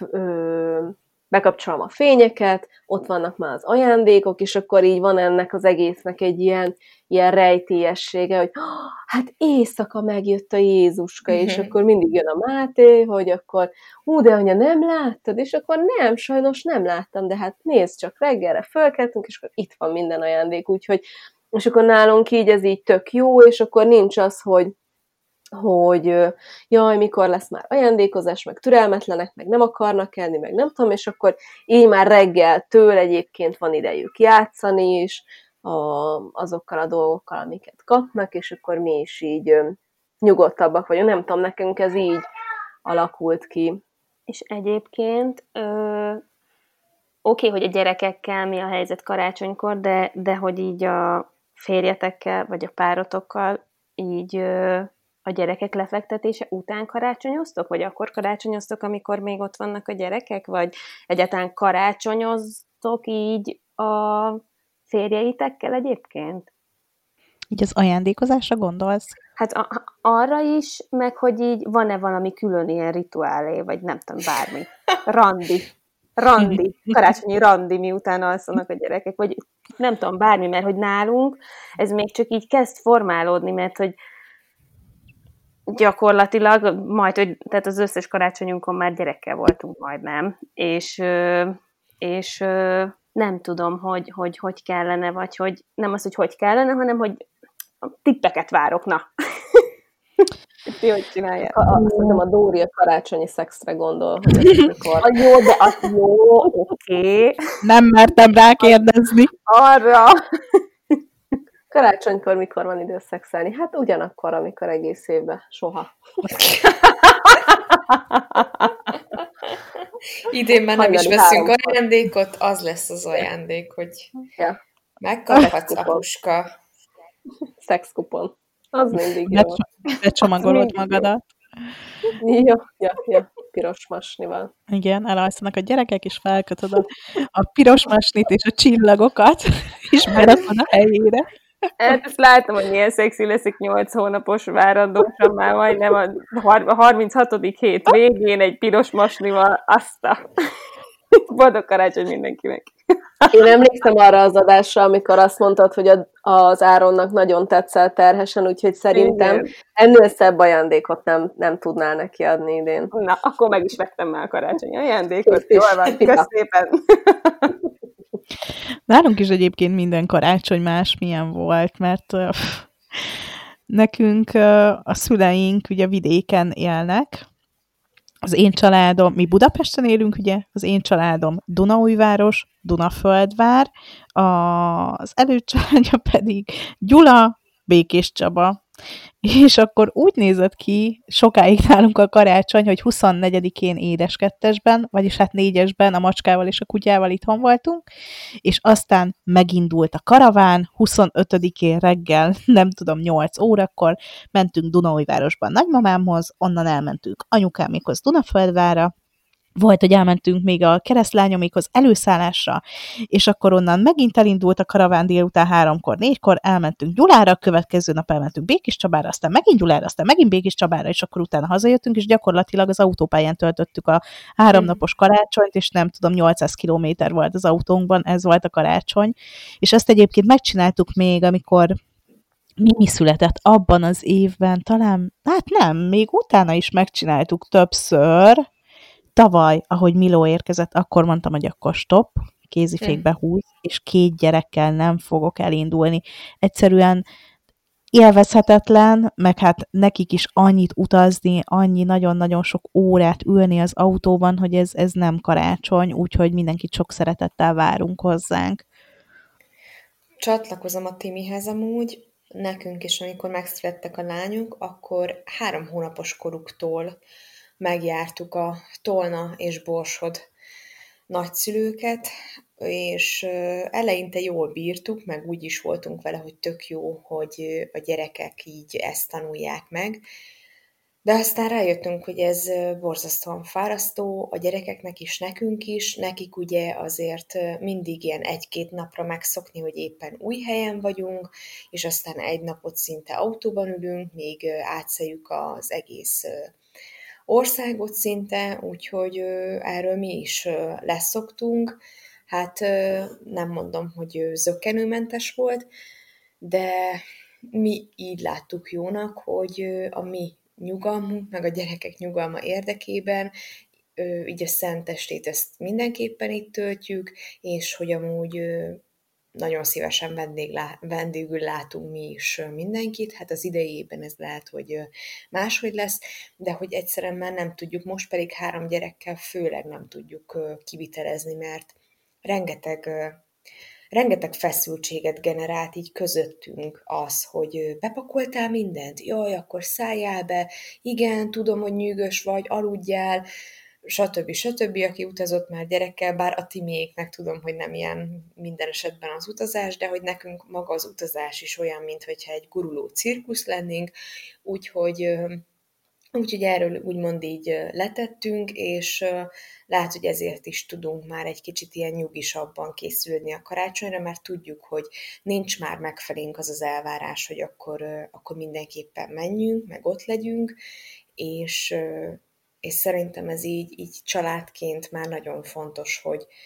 bekapcsolom a fényeket, ott vannak már az ajándékok, és akkor így van ennek az egésznek egy ilyen rejtélyessége, hogy hát éjszaka megjött a Jézuska, és akkor mindig jön a Máté, hogy akkor de anya, nem láttad? És akkor nem, sajnos nem láttam, de hát nézd csak, reggelre fölkeltünk, és akkor itt van minden ajándék, úgyhogy, és akkor nálunk így ez így tök jó, és akkor nincs az, hogy jaj, mikor lesz már ajándékozás, meg türelmetlenek, meg nem akarnak enni, meg nem tudom, és akkor így már reggeltől egyébként van idejük játszani is azokkal a dolgokkal, amiket kapnak, és akkor mi is így nyugodtabbak vagyunk. Nem tudom, nekünk ez így alakult ki. És egyébként oké, hogy a gyerekekkel mi a helyzet karácsonykor, de hogy így a férjetekkel, vagy a párotokkal így a gyerekek lefektetése után karácsonyoztok? Vagy akkor karácsonyoztok, amikor még ott vannak a gyerekek? Vagy egyáltalán karácsonyoztok így a férjeitekkel egyébként? Így az ajándékozásra gondolsz? Hát arra is, meg hogy így van-e valami külön ilyen rituálé, vagy nem tudom, bármi. Randi, karácsonyi randi, miután alszanak a gyerekek, vagy nem tudom, bármi, mert hogy nálunk ez még csak így kezd formálódni, mert hogy gyakorlatilag majd, hogy, tehát az összes karácsonyunkon már gyerekkel voltunk majdnem, és nem tudom, hogy kellene, vagy hogy nem az, hogy kellene, hanem hogy tippeket várok, na. Ti hogy csinálják? Szerintem a Dóri a karácsonyi szexre gondol, hogy ez mikor... Jó, de az jó, oké. Nem mertem rákérdezni. Arra. Karácsonykor mikor van idő szexelni? Hát ugyanakkor, amikor egész évben. Soha. Idén már nem is veszünk ajándékot, az lesz az ajándék, hogy megkaphatsz apuska. Szexkupon. Az mindig jó. Becsomagolod magadat. Ja, piros masnival. Igen, elalszanak a gyerekek, és felkötöd a piros masnit és a csillagokat, és berakod a helyére. Hát ezt látom, hogy milyen szexi leszik 8 hónapos várandósan, már majdnem a 36. hét végén egy piros masnival, azt a boldog karácsony mindenkinek. Én emlékszem arra az adásra, amikor azt mondtad, hogy az Áronnak nagyon tetszel terhesen, úgyhogy szerintem igen, ennél szebb ajándékot nem tudnál neki adni idén. Na, akkor meg is vettem már a karácsonyi ajándékot. Jól van, kösz szépen. Nálunk is egyébként minden karácsony másmilyen volt, mert nekünk a szüleink ugye vidéken élnek, az én családom, mi Budapesten élünk, ugye, az én családom Dunaújváros, Dunaföldvár, az előcsaládja pedig Gyula, Békéscsaba. És akkor úgy nézett ki sokáig nálunk a karácsony, hogy 24-én édeskettesben, vagyis hát 4-esben a macskával és a kutyával itthon voltunk, és aztán megindult a karaván, 25-én reggel, nem tudom, 8 órakor mentünk Dunaújvárosban nagymamámhoz, onnan elmentünk anyukámékhoz Dunaföldvárra, volt, hogy elmentünk még a keresztlányomékhoz előszállásra, és akkor onnan megint elindult a karaván délután 3-kor, 4-kor, elmentünk Gyulára, következő nap elmentünk Békéscsabára, aztán megint Gyulára, aztán megint Békéscsabára, és akkor utána hazajöttünk, és gyakorlatilag az autópályán töltöttük a 3 napos karácsonyt, és nem tudom, 800 kilométer volt az autónkban, ez volt a karácsony. És ezt egyébként megcsináltuk még, amikor Mimi született abban az évben, talán, hát nem, még utána is megcsináltuk többször. Tavaly, ahogy Miló érkezett, akkor mondtam, hogy akkor stop, kézifékbe húz, és 2 gyerekkel nem fogok elindulni. Egyszerűen élvezhetetlen, meg hát nekik is annyit utazni, annyi nagyon-nagyon sok órát ülni az autóban, hogy ez nem karácsony, úgyhogy mindenkit sok szeretettel várunk hozzánk. Csatlakozom a Timihez amúgy. Nekünk is, amikor megszülettek a lányok, akkor 3 hónapos koruktól megjártuk a Tolna és Borsod nagyszülőket, és eleinte jól bírtuk, meg úgy is voltunk vele, hogy tök jó, hogy a gyerekek így ezt tanulják meg. De aztán rájöttünk, hogy ez borzasztóan fárasztó, a gyerekeknek is, nekünk is, nekik ugye azért mindig ilyen 1-2 napra megszokni, hogy éppen új helyen vagyunk, és aztán 1 napot szinte autóban ülünk, még átszeljük az egész országot szinte, úgyhogy erről mi is leszoktunk. Hát nem mondom, hogy zökkenőmentes volt, de mi így láttuk jónak, hogy a mi nyugalmunk, meg a gyerekek nyugalma érdekében így a szentestét ezt mindenképpen itt töltjük, és hogy amúgy nagyon szívesen vendégül látunk mi is mindenkit, hát az idejében ez lehet, hogy máshogy lesz, de hogy egyszerűen már nem tudjuk, most pedig 3 gyerekkel főleg nem tudjuk kivitelezni, mert rengeteg rengeteg feszültséget generált így közöttünk az, hogy bepakoltál mindent, jaj, akkor szálljál be, igen, tudom, hogy nyűgös vagy, aludjál, stb. Aki utazott már gyerekkel, bár a Timiéknek tudom, hogy nem ilyen minden esetben az utazás, de hogy nekünk maga az utazás is olyan, mintha egy guruló cirkusz lennénk, úgyhogy erről úgymond így letettünk, és lehet, hogy ezért is tudunk már egy kicsit ilyen nyugisabban készülni a karácsonyra, mert tudjuk, hogy nincs már megfelénk az az elvárás, hogy akkor mindenképpen menjünk, meg ott legyünk, és szerintem ez így családként már nagyon fontos,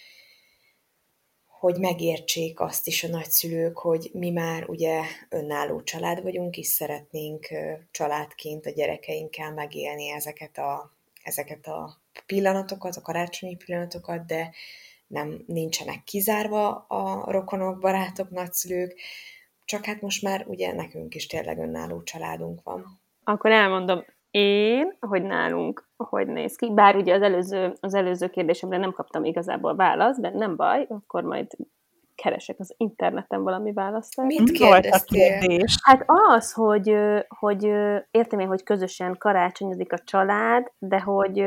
hogy megértsék azt is a nagyszülők, hogy mi már ugye önálló család vagyunk, és szeretnénk családként a gyerekeinkkel megélni ezeket a pillanatokat, a karácsonyi pillanatokat, de nincsenek kizárva a rokonok, barátok, nagyszülők, csak hát most már ugye nekünk is tényleg önálló családunk van. Akkor elmondom én, hogy nálunk hogy néz ki. Bár ugye az előző kérdésemre nem kaptam igazából választ, de nem baj, akkor majd keresek az interneten valami választ. Mit kérdeztél? Hát az, hogy értem én, hogy közösen karácsonyozik a család, de hogy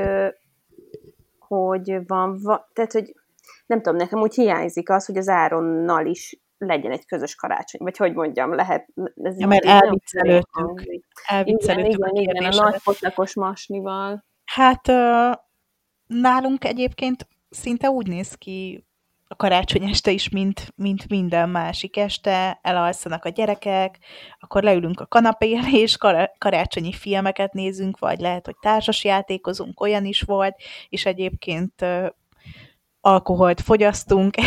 van, tehát hogy nem tudom, nekem úgy hiányzik az, hogy az Áronnal is legyen egy közös karácsony, vagy hogy mondjam, lehet... Ja, mert elviccelődtük. Igen, a nagy potlakos masnival. Hát nálunk egyébként szinte úgy néz ki a karácsony este is, mint minden másik este, elalszanak a gyerekek, akkor leülünk a kanapére, és karácsonyi filmeket nézünk, vagy lehet, hogy társasjátékozunk, olyan is volt, és egyébként alkoholt fogyasztunk,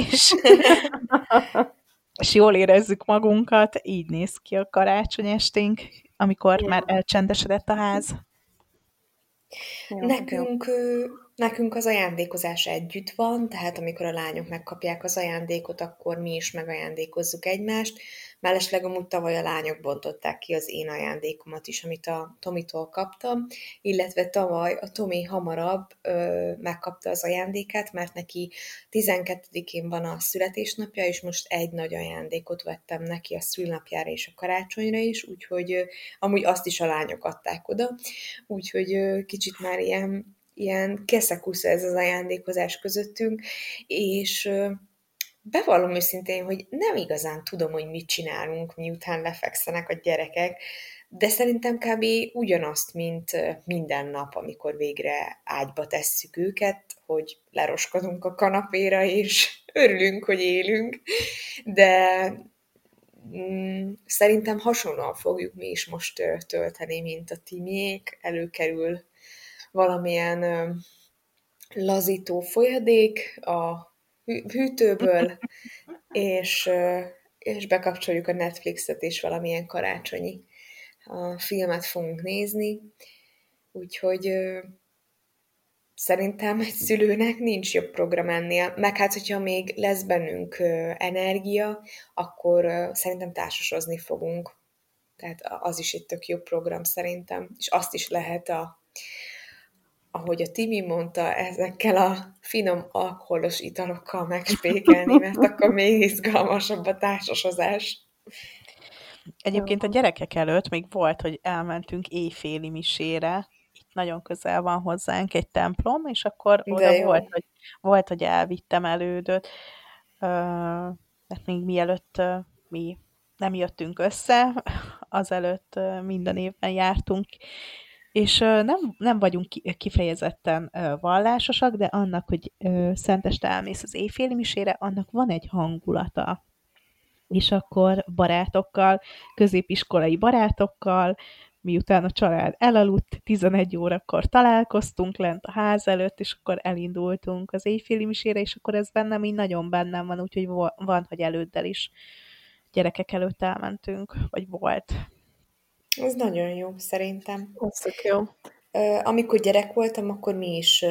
és jól érezzük magunkat, így néz ki a karácsony esténk, amikor már elcsendesedett a ház. Nekünk az ajándékozás együtt van, tehát amikor a lányok megkapják az ajándékot, akkor mi is megajándékozzuk egymást. Mellesleg amúgy tavaly a lányok bontották ki az én ajándékomat is, amit a Tomitól kaptam, illetve tavaly a Tomi hamarabb megkapta az ajándékát, mert neki 12-én van a születésnapja, és most egy nagy ajándékot vettem neki a szülnapjára és a karácsonyra is, úgyhogy amúgy azt is a lányok adták oda, úgyhogy kicsit már ilyen keszekusza ez az ajándékozás közöttünk, és bevallom őszintén, hogy nem igazán tudom, hogy mit csinálunk, miután lefekszenek a gyerekek, de szerintem kb. Ugyanazt, mint minden nap, amikor végre ágyba tesszük őket, hogy leroskodunk a kanapéra, és örülünk, hogy élünk, de szerintem hasonlóan fogjuk mi is most tölteni, mint a Timiék, előkerül valamilyen lazító folyadék a hűtőből, és bekapcsoljuk a Netflixet, és valamilyen karácsonyi filmet fogunk nézni. Úgyhogy szerintem egy szülőnek nincs jobb program ennél. Meg hát, hogyha még lesz bennünk energia, akkor szerintem társasozni fogunk. Tehát az is egy tök jó program szerintem. És azt is lehet ahogy a Timi mondta, ezekkel a finom alkoholos italokkal megspékelni, mert akkor még izgalmasabb a társasozás. Egyébként a gyerekek előtt még volt, hogy elmentünk éjféli misére, itt nagyon közel van hozzánk egy templom, és akkor oda volt, hogy elvittem elődöt, mert még mielőtt mi nem jöttünk össze, azelőtt minden évben jártunk, és nem vagyunk kifejezetten vallásosak, de annak, hogy szenteste elmész az éjféli misére, annak van egy hangulata. És akkor barátokkal, középiskolai barátokkal, miután a család elaludt, 11 órakor találkoztunk lent a ház előtt, és akkor elindultunk az éjféli misére, és akkor ez bennem így nagyon bennem van, úgyhogy van, hogy előddel is gyerekek előtt elmentünk, vagy volt. Ez nagyon jó, szerintem. Ez tök jó. Amikor gyerek voltam, akkor mi is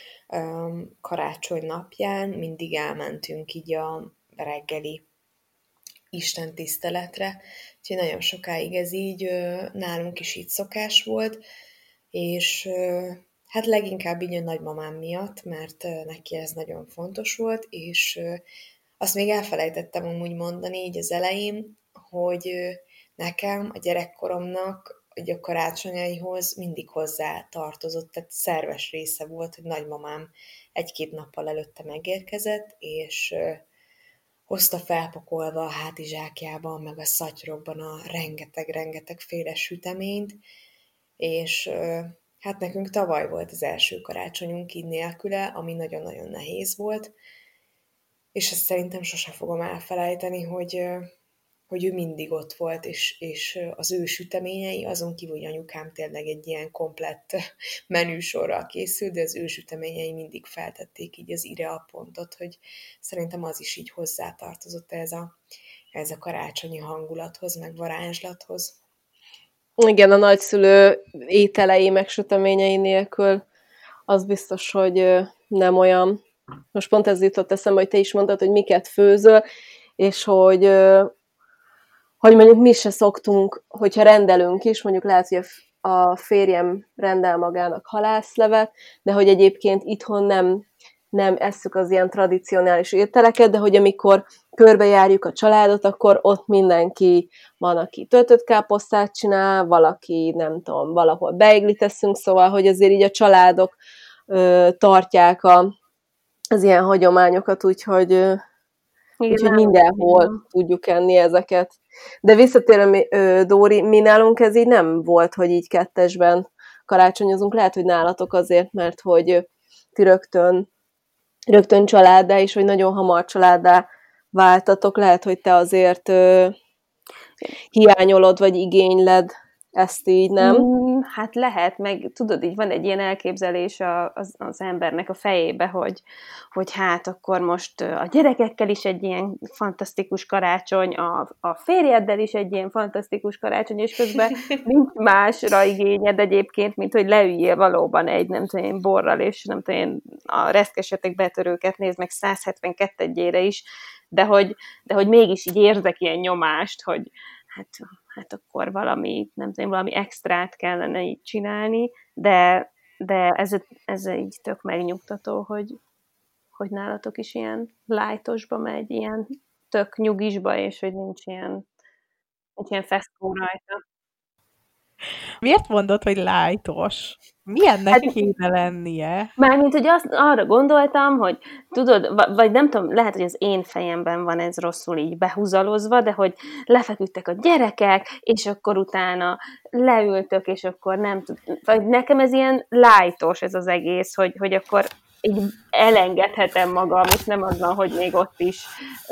karácsony napján mindig elmentünk így a reggeli istentiszteletre, úgyhogy nagyon sokáig ez így nálunk is így szokás volt, és hát leginkább így a nagymamám miatt, mert neki ez nagyon fontos volt, és Azt még elfelejtettem amúgy mondani így az elején, hogy nekem a gyerekkoromnak a karácsonyaihoz mindig hozzá tartozott, tehát szerves része volt, hogy nagymamám 1-2 nappal előtte megérkezett, és hozta felpakolva a hátizsákjában, meg a szatyrokban a rengeteg féle süteményt, és hát nekünk tavaly volt az első karácsonyunk így nélküle, ami nagyon-nagyon nehéz volt, és ezt szerintem sose fogom elfelejteni, hogy ő mindig ott volt, és az ő süteményei, azon kívül, hogy anyukám tényleg egy ilyen komplett menüsorral készült, de az ő süteményei mindig feltették így az ire a pontot, hogy szerintem az is így hozzátartozott ez a karácsonyi hangulathoz, meg varázslathoz. Igen, a nagyszülő ételei, meg süteményei nélkül az biztos, hogy nem olyan. Most pont ez jutott eszembe, hogy te is mondtad, hogy miket főzöl, és hogy mondjuk mi se szoktunk, hogyha rendelünk is, mondjuk lehet, hogy a férjem rendel magának halászlevet, de hogy egyébként itthon nem esszük az ilyen tradicionális ételeket, de hogy amikor körbejárjuk a családot, akkor ott mindenki, van, aki töltött káposztát csinál, valaki, nem tudom, valahol beiglit teszünk, szóval, hogy azért így a családok tartják az ilyen hagyományokat, úgyhogy mindenhol tudjuk enni ezeket. De visszatérve, Dóri, mi nálunk ez így nem volt, hogy így kettesben karácsonyozunk. Lehet, hogy nálatok azért, mert hogy ti rögtön családdá, és hogy nagyon hamar családdá váltatok. Lehet, hogy te azért hiányolod, vagy igényled ezt így, nem? Hát lehet, meg tudod, így van egy ilyen elképzelés az embernek a fejébe, hogy hát akkor most a gyerekekkel is egy ilyen fantasztikus karácsony, a férjeddel is egy ilyen fantasztikus karácsony, és közben nincs másra igényed egyébként, mint hogy leüljél valóban egy, nem tudom én, borral, és nem tudom én, a reszkesetek betörőket nézd meg 172-ére is, de hogy mégis így érzek ilyen nyomást, hogy hát akkor valami, nem tudom, valami extrát kellene így csinálni, de ez így tök megnyugtató, hogy nálatok is ilyen light-osba megy, ilyen tök nyugisba, és hogy nincs ilyen feszkó rajta. Miért mondod, hogy light-os? Milyennek kéne lennie? Mármint, hogy arra gondoltam, hogy tudod, vagy nem tudom, lehet, hogy az én fejemben van ez rosszul így behúzalozva, de hogy lefeküdtek a gyerekek, és akkor utána leültök, és akkor nem tudom, vagy nekem ez ilyen light-os ez az egész, hogy akkor így elengedhetem magam, és nem az van, hogy még ott is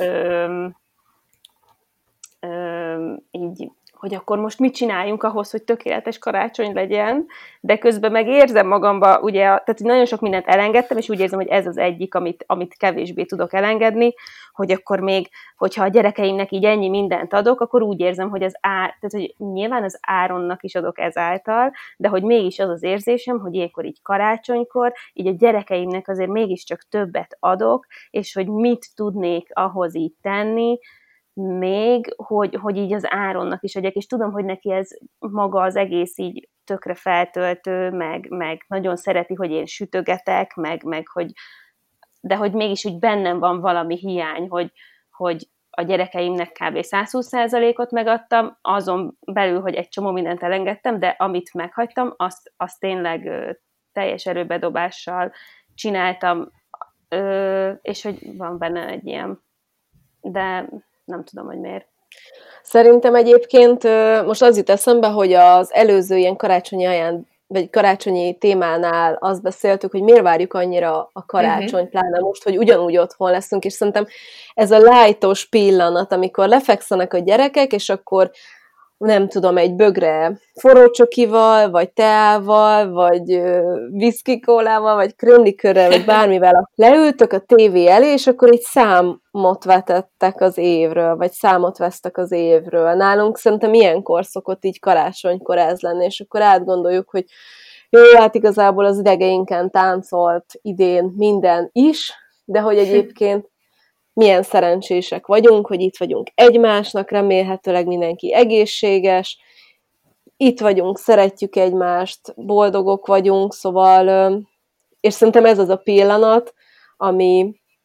így, hogy akkor most mit csináljunk ahhoz, hogy tökéletes karácsony legyen, de közben meg érzem magamba, ugye, tehát nagyon sok mindent elengedtem, és úgy érzem, hogy ez az egyik, amit kevésbé tudok elengedni, hogy akkor még, hogyha a gyerekeimnek így ennyi mindent adok, akkor úgy érzem, hogy tehát hogy nyilván az Áronnak is adok ezáltal, de hogy mégis az az érzésem, hogy ilyenkor így karácsonykor, így a gyerekeimnek azért mégiscsak többet adok, és hogy mit tudnék ahhoz így tenni, még, hogy így az Áronnak is adjak, és tudom, hogy neki ez maga az egész így tökre feltöltő, meg nagyon szereti, hogy én sütögetek, meg hogy, de hogy mégis úgy bennem van valami hiány, hogy a gyerekeimnek kb. 120%-ot megadtam, azon belül, hogy egy csomó mindent elengedtem, de amit meghagytam, azt tényleg teljes erőbedobással csináltam, és hogy van benne egy ilyen, de nem tudom, hogy miért. Szerintem egyébként most az jut eszembe, hogy az előző ilyen vagy karácsonyi témánál azt beszéltük, hogy miért várjuk annyira a karácsony, pláne most, hogy ugyanúgy otthon leszünk, és szerintem ez a light-os pillanat, amikor lefekszenek a gyerekek, és akkor nem tudom, egy bögre forró csokival, vagy teával, vagy viszkikólával, vagy krömlikörrel, vagy bármivel leültök a tévé elé, és akkor így számot vetettek az évről, vagy számot vesztek az évről. Nálunk szerintem ilyenkor szokott így karácsonykor ez lenni, és akkor átgondoljuk, hogy jó, hát igazából az idegeinken táncolt idén minden is, de hogy egyébként milyen szerencsések vagyunk, hogy itt vagyunk egymásnak, remélhetőleg mindenki egészséges, itt vagyunk, szeretjük egymást, boldogok vagyunk, szóval, és szerintem ez az a pillanat, ami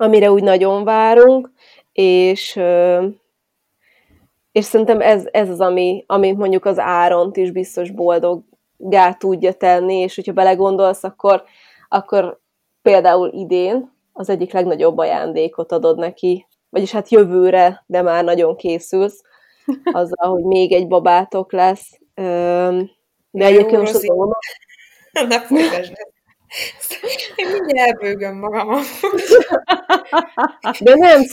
amire úgy nagyon várunk, és szerintem ez az, ami mondjuk az Áront is biztos boldoggá tudja tenni, és hogyha belegondolsz, akkor például idén az egyik legnagyobb ajándékot adod neki, vagyis hát jövőre, de már nagyon készülsz, azzal, hogy még egy babátok lesz. De egyébként most az óna... Ne folytasd. Én mindjárt elbőgöm magam. De nem,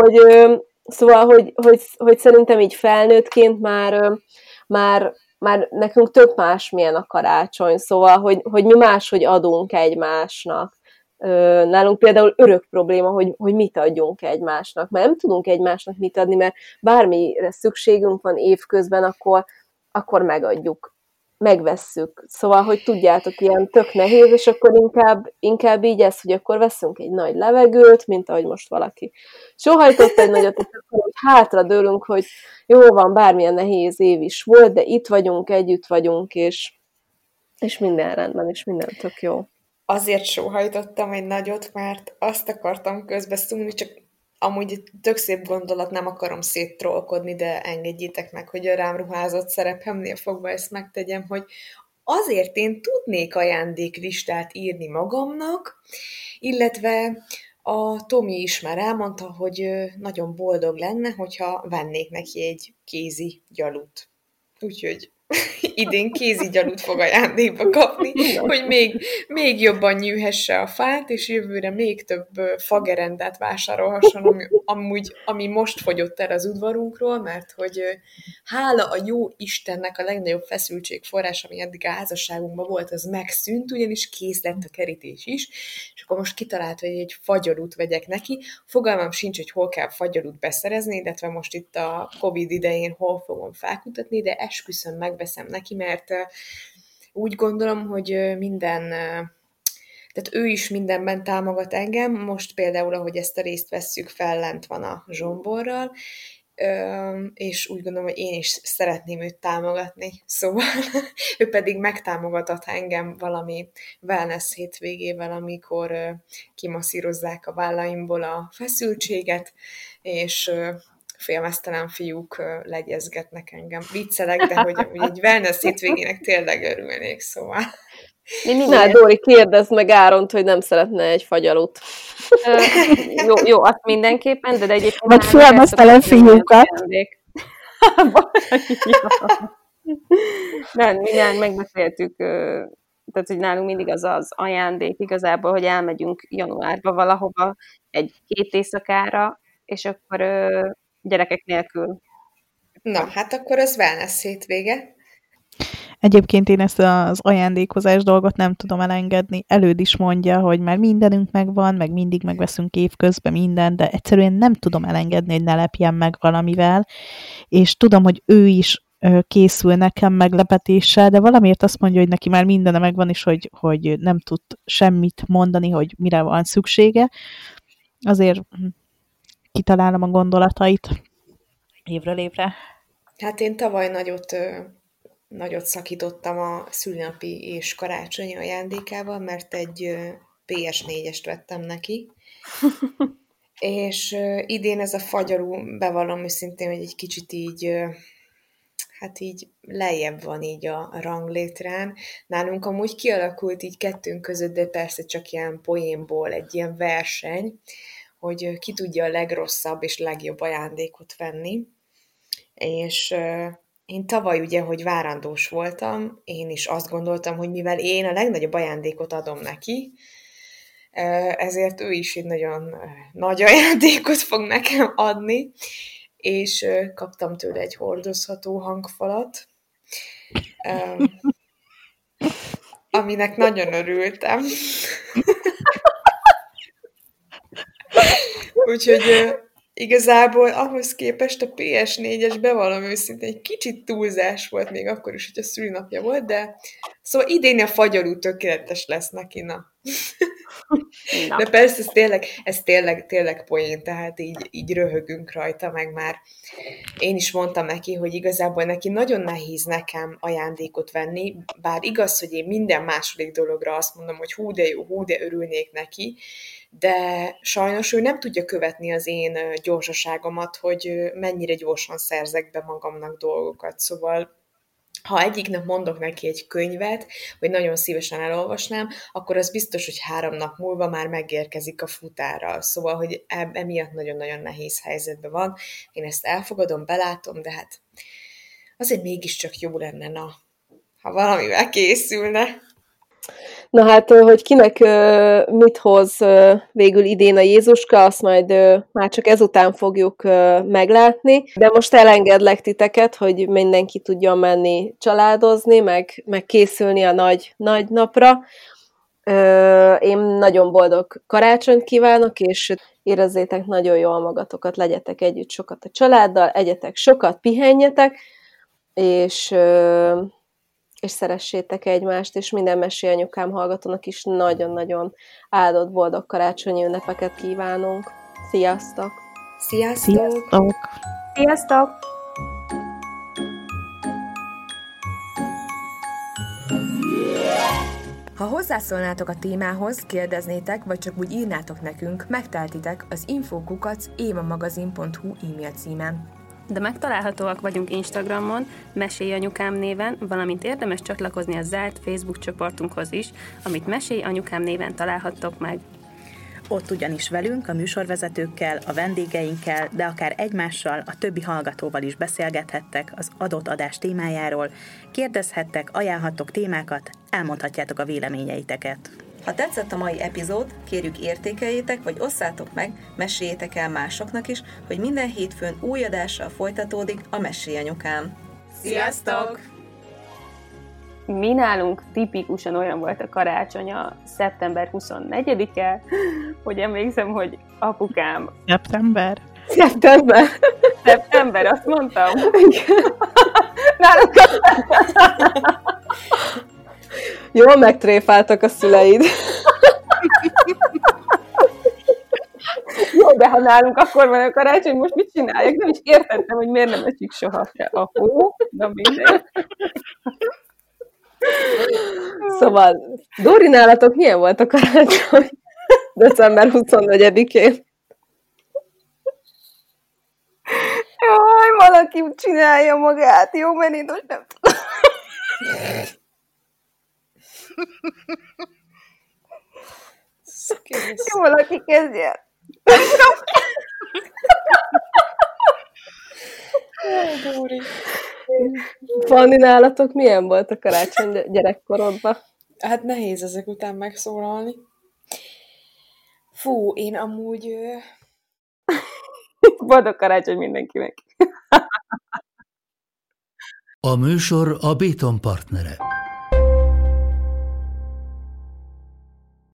hogy szerintem így felnőttként már nekünk tök másmilyen a karácsony, szóval, hogy mi máshogy adunk egymásnak. Nálunk például örök probléma, hogy mit adjunk egymásnak, mert nem tudunk egymásnak mit adni, mert bármire szükségünk van évközben, akkor megadjuk, megvesszük. Szóval, hogy tudjátok, ilyen tök nehéz, és akkor inkább így ez, hogy akkor veszünk egy nagy levegőt, mint ahogy most valaki sóhajtott egy nagyot, és akkor hogy hátradőlünk, hogy jó van, bármilyen nehéz év is volt, de itt vagyunk, együtt vagyunk, és minden rendben, és minden tök jó. Azért sóhajtottam egy nagyot, mert azt akartam közbeszúrni, csak amúgy tök szép gondolat, nem akarom széttrollkodni, de engedjétek meg, hogy a rám ruházott szerepemnél fogva ezt megtegyem, hogy azért én tudnék ajándéklistát írni magamnak, illetve a Tomi is már elmondta, hogy nagyon boldog lenne, hogyha vennék neki egy kézi gyalut. Úgyhogy idén kézi gyalut fog ajándékba kapni, hogy még jobban nyűhesse a fát, és jövőre még több fagerendát vásárolhasson, ami most fogyott el az udvarunkról, mert hogy hála a jó Istennek a legnagyobb feszültségforrás, ami eddig a házasságunkban volt, az megszűnt, ugyanis kész lett a kerítés is, és akkor most kitalált, hogy egy fagyalut vegyek neki. Fogalmam sincs, hogy hol kell fagyalut beszerezni, illetve most itt a Covid idején hol fogom felkutatni, de esküszöm megveszem neki, mert úgy gondolom, hogy tehát ő is mindenben támogat engem, most például, ahogy ezt a részt vesszük fel, lent van a Zsomborral, és úgy gondolom, hogy én is szeretném őt támogatni, szóval ő pedig megtámogatott engem valami wellness hétvégével, amikor kimasszírozzák a vállaimból a feszültséget, és félmeztelen fiúk legyezgetnek engem. Viccelek, de hogy egy wellness hétvégének tényleg örülnék, szóval. Na, Dóri, kérdezd meg Áront, hogy nem szeretne egy fagyalut. Jó, azt mindenképpen, de egyébként... Vagy félmeztelen fiúkat. Nem, mindjárt megbeszéltük, tehát, hogy nálunk mindig az ajándék igazából, hogy elmegyünk januárba valahova egy-két éjszakára, és akkor gyerekek nélkül. Na, hát akkor az wellness hétvége. Egyébként én ezt az ajándékozás dolgot nem tudom elengedni. Előd is mondja, hogy már mindenünk megvan, meg mindig megveszünk évközben minden, de egyszerűen nem tudom elengedni, hogy ne lepjen meg valamivel, és tudom, hogy ő is készül nekem meglepetéssel, de valamiért azt mondja, hogy neki már mindene megvan, és hogy nem tud semmit mondani, hogy mire van szüksége. Azért kitalálom a gondolatait évről évre. Hát én tavaly nagyot szakítottam a szülinapi és karácsonyi ajándékával, mert egy PS4-est vettem neki. És idén ez a fagyarú, bevallom őszintén, hogy egy kicsit így, hát így lejjebb van így a ranglétrán. Nálunk amúgy kialakult így kettőnk között, de persze csak ilyen poénból egy ilyen verseny, hogy ki tudja a legrosszabb és legjobb ajándékot venni. És én tavaly ugye, hogy várandós voltam, én is azt gondoltam, hogy mivel én a legnagyobb ajándékot adom neki, ezért ő is egy nagyon nagy ajándékot fog nekem adni, és kaptam tőle egy hordozható hangfalat, aminek nagyon örültem. Úgyhogy igazából ahhoz képest a PS4-es, bevallom őszintén, egy kicsit túlzás volt még akkor is, hogy a szülinapja volt, de szóval idén a fagyarú tökéletes lesz neki, na. nap. De persze, ez tényleg poén, tehát így röhögünk rajta, meg már én is mondtam neki, hogy igazából neki nagyon nehéz nekem ajándékot venni, bár igaz, hogy én minden második dologra azt mondom, hogy hú de jó, hú de örülnék neki, de sajnos ő nem tudja követni az én gyorsaságomat, hogy mennyire gyorsan szerzek be magamnak dolgokat, szóval ha egyik nap mondok neki egy könyvet, vagy nagyon szívesen elolvasnám, akkor az biztos, hogy 3 nap múlva már megérkezik a futára. Szóval, hogy emiatt nagyon-nagyon nehéz helyzetben van. Én ezt elfogadom, belátom, de hát azért mégiscsak jó lenne, ha valamivel készülne. Na hát, hogy kinek mit hoz végül idén a Jézuska, azt majd már csak ezután fogjuk meglátni, de most elengedlek titeket, hogy mindenki tudjon menni családozni, meg készülni a nagy napra. Én nagyon boldog karácsonyt kívánok, és érezzétek nagyon jól magatokat, legyetek együtt sokat a családdal, egyetek sokat, pihenjetek, és szeressétek egymást, és minden Mesélj Anyukám hallgatónak is nagyon-nagyon áldott boldog karácsonyi ünnepeket kívánunk. Sziasztok! Sziasztok! Sziasztok! Sziasztok! Ha hozzászólnátok a témához, kérdeznétek, vagy csak úgy írnátok nekünk, megteltitek az info@évamagazin.hu e-mail címen. De megtalálhatóak vagyunk Instagramon, Mesélj Anyukám néven, valamint érdemes csatlakozni a zárt Facebook csoportunkhoz is, amit Mesélj Anyukám néven találhattok meg. Ott ugyanis velünk, a műsorvezetőkkel, a vendégeinkkel, de akár egymással, a többi hallgatóval is beszélgethettek az adott adás témájáról, kérdezhettek, ajánlhattok témákat, elmondhatjátok a véleményeiteket. Ha tetszett a mai epizód, kérjük értékeljétek, vagy osszátok meg, meséljétek el másoknak is, hogy minden hétfőn új adással folytatódik a Mesélj Anyukám. Sziasztok! Mi nálunk tipikusan olyan volt a karácsony a szeptember 24-e, hogy emlékszem, hogy apukám... Szeptember? Szeptember, azt mondtam? Nálunk jól megtréfáltak a szüleid. Jó, de ha nálunk akkor van a karácsony, most mit csinálják? Nem is értettem, hogy miért nem esik soha se a hó, de minden. Szóval, Dóri, nálatok milyen volt a karácsony december 24-én? Jaj, valaki csinálja magát, jó, mert én most nem tudom. Jó, valaki kezdje. Fanni, nálatok milyen volt a karácsony gyerekkorodban? Hát nehéz ezek után megszólalni. Fú, én amúgy... Boldog karácsony mindenkinek! A műsor a Béton partnere.